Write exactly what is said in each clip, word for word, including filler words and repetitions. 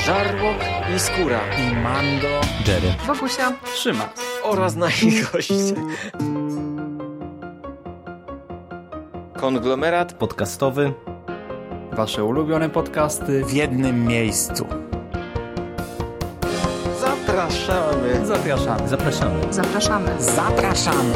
Żarłok i Skóra i Mando, Jerry, Wokusia, Trzyma oraz nasi goście. Konglomerat podcastowy. Wasze ulubione podcasty w jednym miejscu. Zapraszamy. Zapraszamy. Zapraszamy. Zapraszamy. Zapraszamy.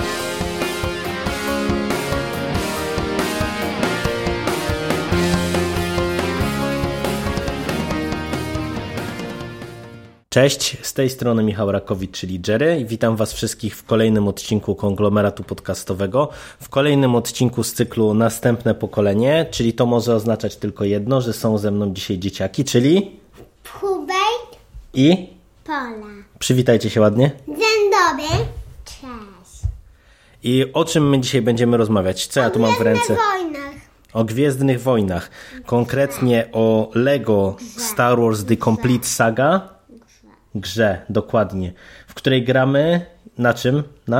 Cześć, z tej strony Michał Rakowicz, czyli Jerry, i witam Was wszystkich w kolejnym odcinku Konglomeratu Podcastowego, w kolejnym odcinku z cyklu Następne Pokolenie, czyli to może oznaczać tylko jedno, że są ze mną dzisiaj dzieciaki, czyli... Hubert i... Pola. Przywitajcie się ładnie. Dzień dobry. Cześć. I o czym my dzisiaj będziemy rozmawiać? Co ja tu mam w ręce? Wojnach. O Gwiezdnych Wojnach. Konkretnie o Lego Star Wars The Complete Saga. Grze, dokładnie. W której gramy na czym? Na?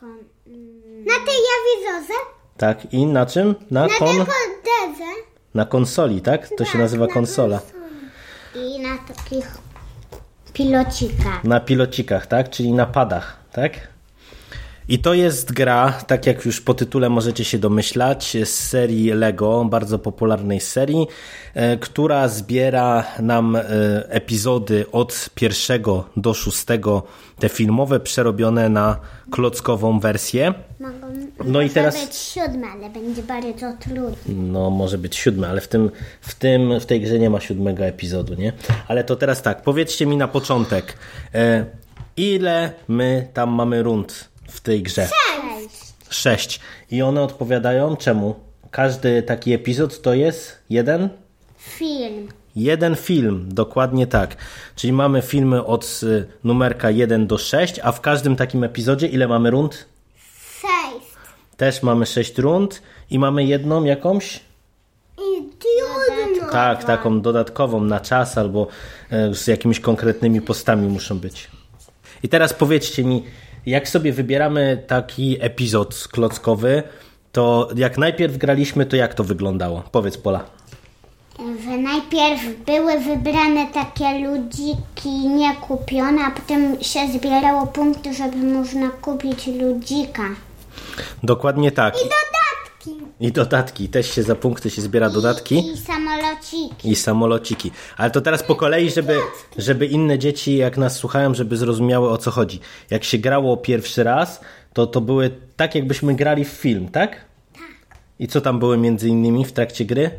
Na tej jawizorze? Tak, i na czym? Na, Na kon... tej koldeze. na konsoli, tak? To się nazywa na konsola. konsoli. I na takich pilocikach. Na pilocikach, tak? Czyli na padach, tak? I to jest gra, tak jak już po tytule możecie się domyślać, z serii Lego, bardzo popularnej serii, e, która zbiera nam e, epizody od pierwszego do szóstego, te filmowe, przerobione na klockową wersję. Mogą, No i może teraz- być siódme, ale będzie bardzo trudne. No, może być siódmy, ale w tym, w tym, w tej grze nie ma siódmego epizodu, nie? Ale to teraz tak, powiedzcie mi na początek, e, ile my tam mamy rund w tej grze? Cześć. Sześć. I one odpowiadają czemu? Każdy taki epizod to jest jeden? Film. Jeden film, dokładnie tak. Czyli mamy filmy od y, numerka jeden do sześć, a w każdym takim epizodzie ile mamy rund? Sześć. Też mamy sześć rund i mamy jedną jakąś? I trudno. Tak, taką dodatkową na czas albo e, z jakimiś konkretnymi postami muszą być. I teraz powiedzcie mi, jak sobie wybieramy taki epizod klockowy, to jak najpierw graliśmy, to jak to wyglądało? Powiedz, Pola. Że najpierw były wybrane takie ludziki niekupione, a potem się zbierało punkty, żeby można kupić ludzika. Dokładnie tak. I dodatki. I dodatki. Też się za punkty się zbiera dodatki. I samolociki. I samolociki. Ale to teraz po kolei, żeby, żeby inne dzieci, jak nas słuchają, żeby zrozumiały, o co chodzi. Jak się grało pierwszy raz, to to były tak, jakbyśmy grali w film, tak? Tak. I co tam były między innymi w trakcie gry?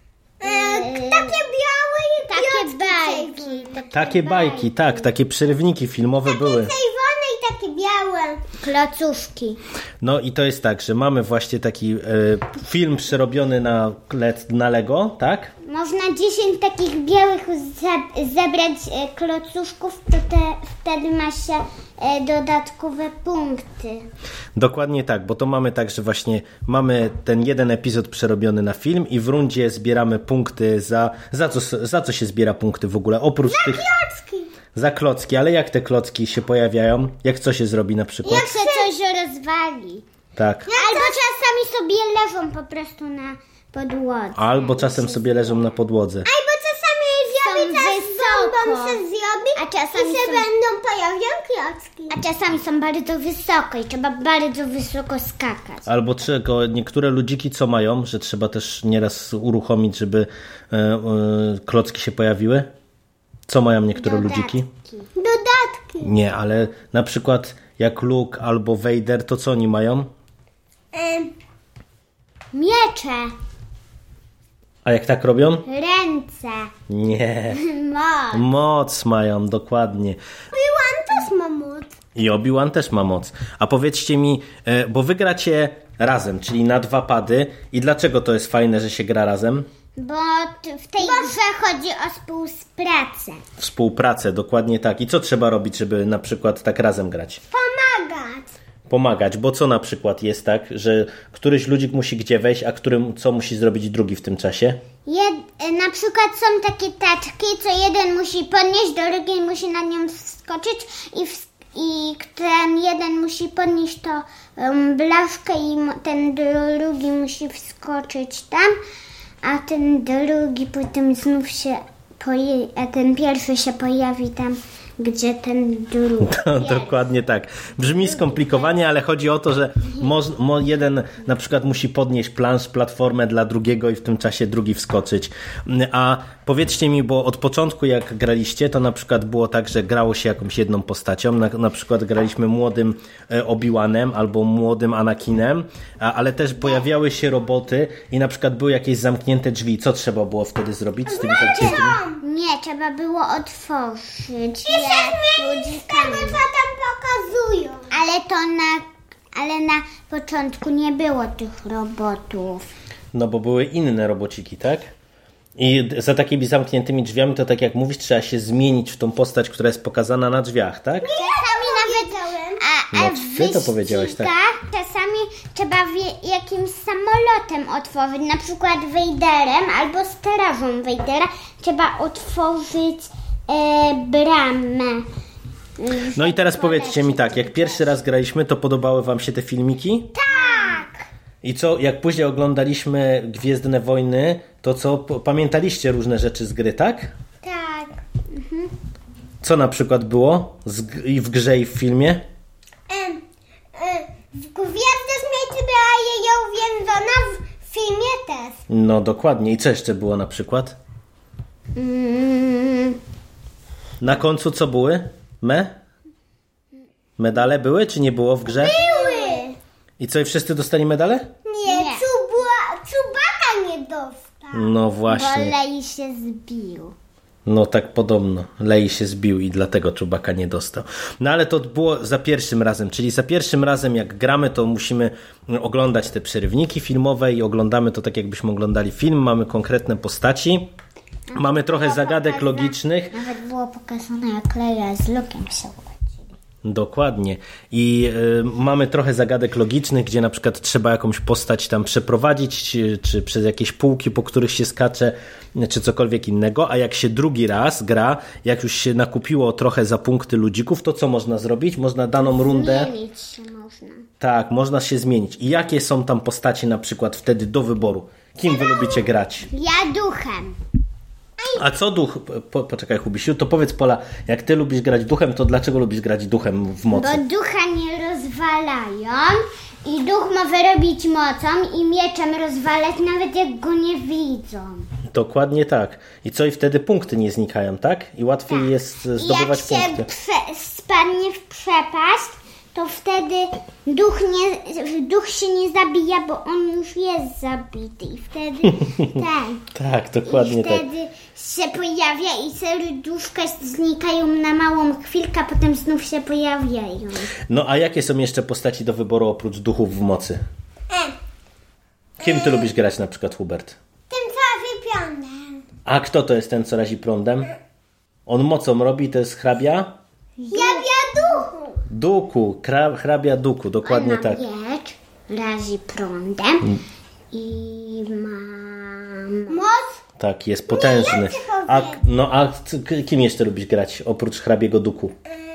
Takie białe i takie bajki. Takie, Takie bajki, tak, takie przerywniki filmowe były. czerwone i takie białe. Klocuszki. No i to jest tak, że mamy właśnie taki e, film przerobiony na, na Lego, tak? Można dziesięć takich białych ze- zebrać e, klocuszków, to te, wtedy ma się e, dodatkowe punkty. Dokładnie tak, bo to mamy tak, że właśnie mamy ten jeden epizod przerobiony na film i w rundzie zbieramy punkty za... Za co, za co się zbiera punkty w ogóle? Oprócz tych... Klocki. Za klocki, ale jak te klocki się pojawiają? Jak co się zrobi na przykład? Jak się coś rozwali. Tak. Albo czasami sobie leżą po prostu na podłodze. Albo czasem sobie leżą na podłodze. Albo czasami zrobi czas bombą się zrobi, a czasami i się są... będą pojawiać klocki. A czasami są bardzo wysoko i trzeba bardzo wysoko skakać. Albo czego niektóre ludziki co mają, że trzeba też nieraz uruchomić, żeby e, e, klocki się pojawiły? Co mają niektóre Dodatki. ludziki? Dodatki. Nie, ale na przykład jak Luke albo Vader, to co oni mają? Ym, miecze. A jak tak robią? Ręce. Nie. Moc. Moc mają, dokładnie. Obi-Wan też ma moc. I Obi-Wan też ma moc. A powiedzcie mi, e, bo wy gracie razem, czyli na dwa pady. I dlaczego to jest fajne, że się gra razem? Bo t- w tej grze chodzi o współpracę. Współpracę, dokładnie tak. I co trzeba robić, żeby na przykład tak razem grać? Pomagać. Pomagać, bo co na przykład jest tak, że któryś ludzik musi gdzie wejść, a którym co musi zrobić drugi w tym czasie? Jed, na przykład są takie taczki, co jeden musi podnieść, drugi musi na nią wskoczyć i, w, i ten jeden musi podnieść to um, blaszkę i mo- ten drugi musi wskoczyć tam, a ten drugi potem znów się poje- a ten pierwszy się pojawi tam, gdzie ten drugi. No, dokładnie tak. Brzmi skomplikowanie, ale chodzi o to, że moż, mo, jeden na przykład musi podnieść plansz, platformę dla drugiego i w tym czasie drugi wskoczyć. A powiedzcie mi, bo od początku jak graliście, to na przykład było tak, że grało się jakąś jedną postacią, na, na przykład graliśmy młodym Obi-Wanem albo młodym Anakinem, a, ale też pojawiały się roboty i na przykład były jakieś zamknięte drzwi. Co trzeba było wtedy zrobić z tymi zamkniętymi? Nie, trzeba było otworzyć. Ludzi tam. Co tam pokazują. Ale to na, ale na początku nie było tych robotów. No bo były inne robociki, tak? I za takimi zamkniętymi drzwiami to tak jak mówisz, trzeba się zmienić w tą postać, która jest pokazana na drzwiach, tak? Czasami nawet a, a No, w ty to powiedziałeś, tak? wyścigach czasami trzeba wie, jakimś samolotem otworzyć, na przykład Wejderem albo strażą Wejdera. Trzeba otworzyć e, bramę. No i teraz powiedzcie mi tak, jak pierwszy raz graliśmy, to podobały wam się te filmiki? Tak! I co, jak później oglądaliśmy Gwiezdne Wojny, to co, p- pamiętaliście różne rzeczy z gry, tak? Tak. Co na przykład było z g- i w grze i w filmie? E, e, w Gwiazdę Śmierci była jej uwięzona, w filmie też. No dokładnie. I co jeszcze było na przykład? Mm, Na końcu co były? Me? Medale były, czy nie było w grze? były! I co, i wszyscy dostali medale? Nie, Nie. Czuba, Czubaka nie dostał. No Bo właśnie. Lej się zbił. No tak podobno. Lei się zbił i dlatego Czubaka nie dostał. No ale to było za pierwszym razem, czyli za pierwszym razem jak gramy, to musimy oglądać te przerywniki filmowe i oglądamy to tak jakbyśmy oglądali film, mamy konkretne postaci, mamy trochę zagadek logicznych. Nawet było pokazane, jak Leia z Luke'em się urodzili. Dokładnie. I y, mamy trochę zagadek logicznych, gdzie na przykład trzeba jakąś postać tam przeprowadzić, czy, czy przez jakieś półki, po których się skacze, czy cokolwiek innego, a jak się drugi raz gra, jak już się nakupiło trochę za punkty ludzików, to co można zrobić? Można daną rundę... Zmienić się można. Tak, można się zmienić. I jakie są tam postacie na przykład wtedy do wyboru? Kim wy lubicie grać? Ja duchem. A co duch... Po, poczekaj, Hubisiu, to powiedz, Pola, jak ty lubisz grać duchem, to dlaczego lubisz grać duchem w mocy? Bo ducha nie rozwalają i duch może robić mocą i mieczem rozwalać, nawet jak go nie widzą. Dokładnie tak. I co, i wtedy punkty nie znikają, tak? I łatwiej Tak. jest zdobywać jak punkty. się prze, spadnie w przepaść, to wtedy duch, nie, duch się nie zabija, bo on już jest zabity. I wtedy tak. Tak, dokładnie I tak. wtedy się pojawia i serduszka znikają na małą chwilkę, a potem znów się pojawiają. No a jakie są jeszcze postaci do wyboru oprócz duchów w mocy? Kim ty lubisz grać na przykład, Hubert? Tym co wypiąłem. A kto to jest ten, co razi prądem? On mocą robi, to jest hrabia? Jawia duchu. Duku, kra, hrabia Duku, dokładnie On ma tak. miecz, razi prądem i ma moc. Tak, jest potężny. ja ci powiem. A, no a k- kim jeszcze lubisz grać oprócz hrabiego Duku?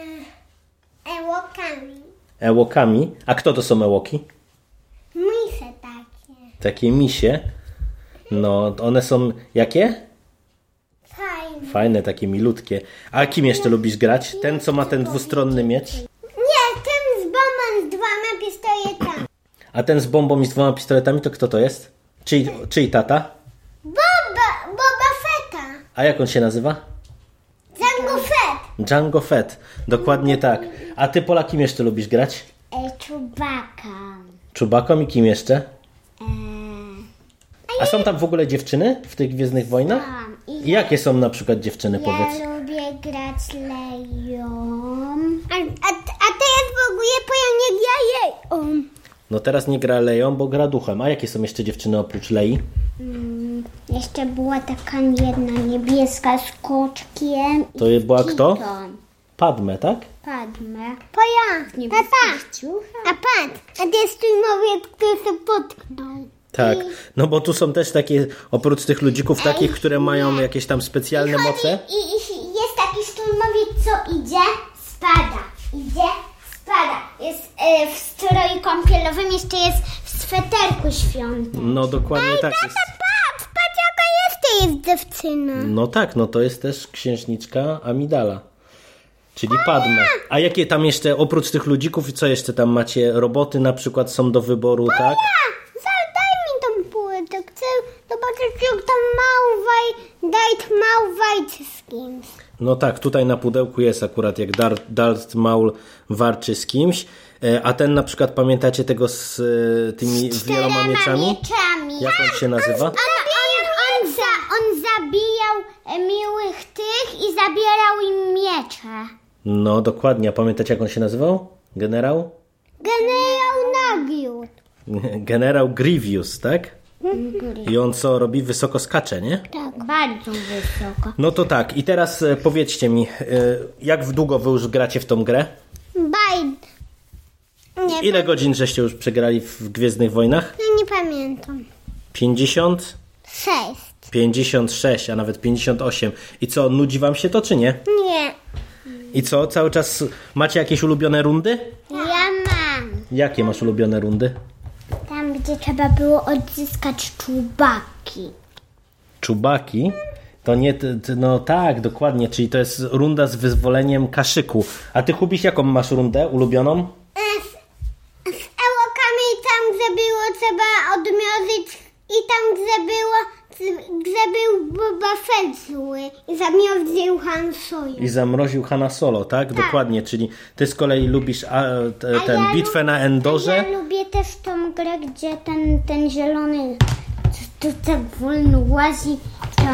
Ewokami. Ewokami? A kto to są ewoki? Mise takie. Takie misie. No, one są jakie? Fajne. Fajne, takie milutkie. A kim jeszcze lubisz grać? Ten, co ma ten dwustronny miecz? Nie, tym z bombą z dwoma pistoletami. A ten z bombą i z dwoma pistoletami, to kto to jest? Czyj, czyj tata? Boba, Boba Fetta. A jak on się nazywa? Jango Fett. Django Fett. Dokładnie tak. A ty, Pola, kim jeszcze lubisz grać? E, Czubaka. Czubaką i kim jeszcze? E, A są tam w ogóle dziewczyny w tych Gwiezdnych Wojnach? Tam. I jakie są na przykład dziewczyny, powiedz? Ja lubię grać Leją. A, a, a teraz w ogóle powiem, nie gra jej. Um. No teraz nie gra Leją, bo gra duchem. A jakie są jeszcze dziewczyny oprócz Lei? Mm, jeszcze była taka jedna niebieska z koczkiem. To je była kto? Kitą. Padme, tak? Padme. To ja. Tata. A patrz, a to jest mój który się potknął. Tak. No bo tu są też takie, oprócz tych ludzików takich, które mają jakieś tam specjalne moce. I, i, i jest taki szturmowiec, co idzie, spada. Idzie, spada. Jest e, w stroju kąpielowym, jeszcze jest w sweterku świątecznym. No dokładnie tak jest. Patrz, patrz jaka jest to jest dziewczyna. No tak, no to jest też księżniczka Amidala, czyli Padme. A jakie tam jeszcze, oprócz tych ludzików, co jeszcze tam macie? Roboty na przykład są do wyboru, tak? Daj mi tą płytę, chcę zobaczyć jak tam małwaj, daj mał walczy z kimś. No tak, tutaj na pudełku jest akurat jak Darth, Darth Maul walczy z kimś, a ten na przykład, pamiętacie tego z tymi wieloma mieczami? mieczami. Jak on się nazywa? On, on, on, za, on zabijał e, miłych tych i zabierał im miecze. No dokładnie, a pamiętacie jak on się nazywał? Generał? Generał Nagiut. Generał Grievous, tak? I on co robi? Wysoko skacze, nie? Tak, bardzo wysoko. No to tak, i teraz e, powiedzcie mi, e, jak długo wy już gracie w tą grę? Baj... Nie, Ile godzin żeście już przegrali w Gwiezdnych Wojnach? ja nie pamiętam. pięćdziesiąt? Sześć. pięćdziesiąt sześć, a nawet pięćdziesiąt osiem. I co, nudzi wam się to, czy nie? Nie. I co, cały czas macie jakieś ulubione rundy? Ja mam. Jakie masz ulubione rundy? Tam, gdzie trzeba było odzyskać czubaki. Czubaki? To nie, t- t- no tak, dokładnie, czyli to jest runda z wyzwoleniem kaszyku. A ty, Hubiś, jaką masz rundę ulubioną? Z, z ełokami tam, gdzie było trzeba odmiozić i tam, gdzie było, gdzie był Boba Fett zły i zamioził Han Solo. I zamroził Hanna Solo, tak? Dokładnie, czyli ty z kolei lubisz a, t, ten ja bitwę lu- na Endorze. Ja lubię też tą grę, gdzie ten, ten zielony tu tak wolno łazi, to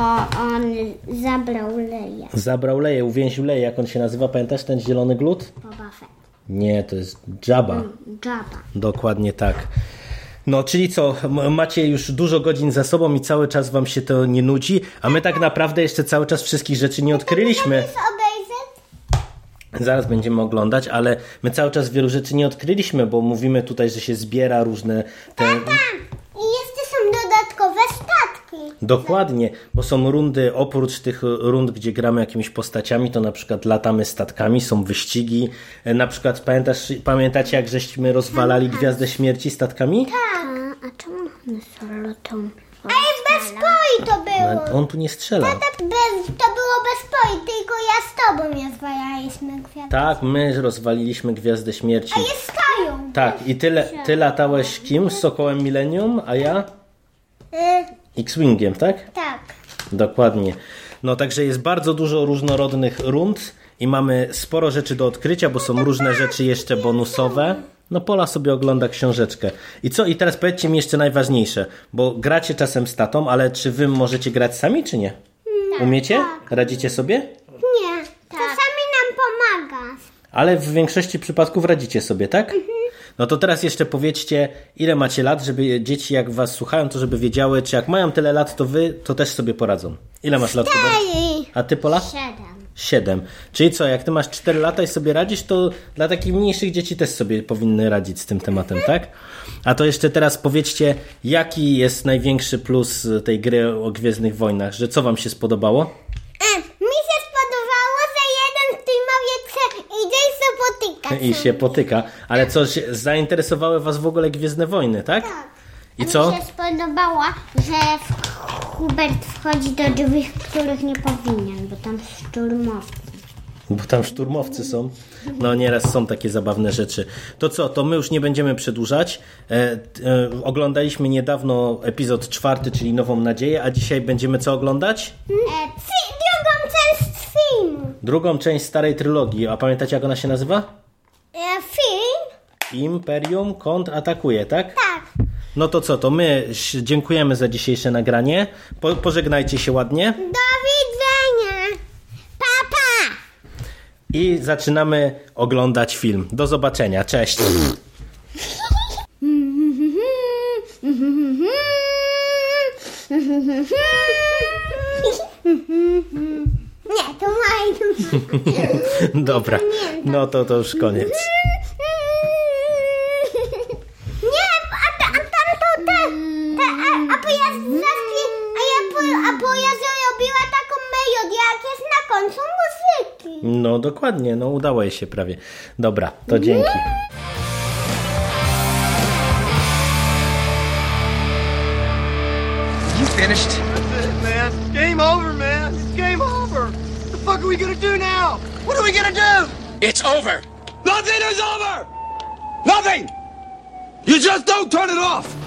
on zabrał Leję. Zabrał Leję, uwięził Leję, jak on się nazywa, pamiętasz ten zielony glut? Boba Fett. Nie, to jest Jabba. Jabba. Dokładnie tak. No, czyli co, m- macie już dużo godzin za sobą i cały czas wam się to nie nudzi, a my tak naprawdę jeszcze cały czas wszystkich rzeczy nie odkryliśmy. Chcesz obejrzeć? Zaraz będziemy oglądać, ale my cały czas wielu rzeczy nie odkryliśmy, bo mówimy tutaj, że się zbiera różne te... I jeszcze są dodatkowe statki. Dokładnie, bo są rundy, oprócz tych rund, gdzie gramy jakimiś postaciami, to na przykład latamy statkami, są wyścigi. E, Na przykład pamiętasz, pamiętacie, jak żeśmy rozwalali Gwiazdę Śmierci statkami? Tak. A, a czemu one Solo tą... Ej, bez poi to było. No, on tu nie strzela. Tata, bez, to było bez poi, tylko ja z tobą nie zwalaliśmy gwiazdy. Tak, my rozwaliliśmy Gwiazdę Śmierci. A jest stoją. Tak, i tyle, ty latałeś kim? Z Sokołem Millennium, a ja Y, X-Wingiem, tak? tak. Dokładnie. No także jest bardzo dużo różnorodnych rund i mamy sporo rzeczy do odkrycia, bo są różne rzeczy jeszcze bonusowe. No Pola sobie ogląda książeczkę. I co? I teraz powiedzcie mi jeszcze najważniejsze, bo gracie czasem z tatą, ale czy wy możecie grać sami, czy nie? Umiecie? Radzicie sobie? Nie, czasami nam pomaga. Ale w większości przypadków radzicie sobie, tak? No to teraz jeszcze powiedzcie, ile macie lat, żeby dzieci jak was słuchają, to żeby wiedziały, czy jak mają tyle lat, to wy to też sobie poradzą. Ile masz lat? Hubert? Ej, A ty, Pola? siedem. Siedem. Czyli co, jak ty masz cztery lata i sobie radzisz, to dla takich mniejszych dzieci też sobie powinny radzić z tym tematem, tak? A to jeszcze teraz powiedzcie, jaki jest największy plus tej gry o Gwiezdnych Wojnach, że co wam się spodobało? E, mi się spodobało, że jeden streamowiec chce idzie i się potyka. I się potyka. Ale co, się- zainteresowały was w ogóle Gwiezdne Wojny, tak? I co? Mi się spodobało, że Hubert wchodzi do drzwi, których nie powinien, bo tam szturmowcy. Bo tam szturmowcy są. No nieraz są takie zabawne rzeczy. To co, to my już nie będziemy przedłużać. E, e, oglądaliśmy niedawno epizod czwarty, czyli Nową Nadzieję, a dzisiaj będziemy co oglądać? E, fi- drugą część filmu. Drugą część starej trylogii. A pamiętacie, jak ona się nazywa? E, film? Imperium kontratakuje, tak? Tak. No to co, to my ś- dziękujemy za dzisiejsze nagranie. Po, pożegnajcie się ładnie. Do widzenia. Pa, pa. I zaczynamy oglądać film. Do zobaczenia. Cześć. Nie, to moje. Dobra. No to to już koniec. Nie, a, ta, a tam to te, te a, a pojazd zaski, a ja po, a pojazd robiła taką melodię, jak jest na końcu muzyki. No dokładnie, no udało jej się prawie. Dobra, to dzięki. You finished? That's it, man. fuck are we gonna do now? What are we gonna do? It's over. Nothing is over. Nothing. You just don't turn it off.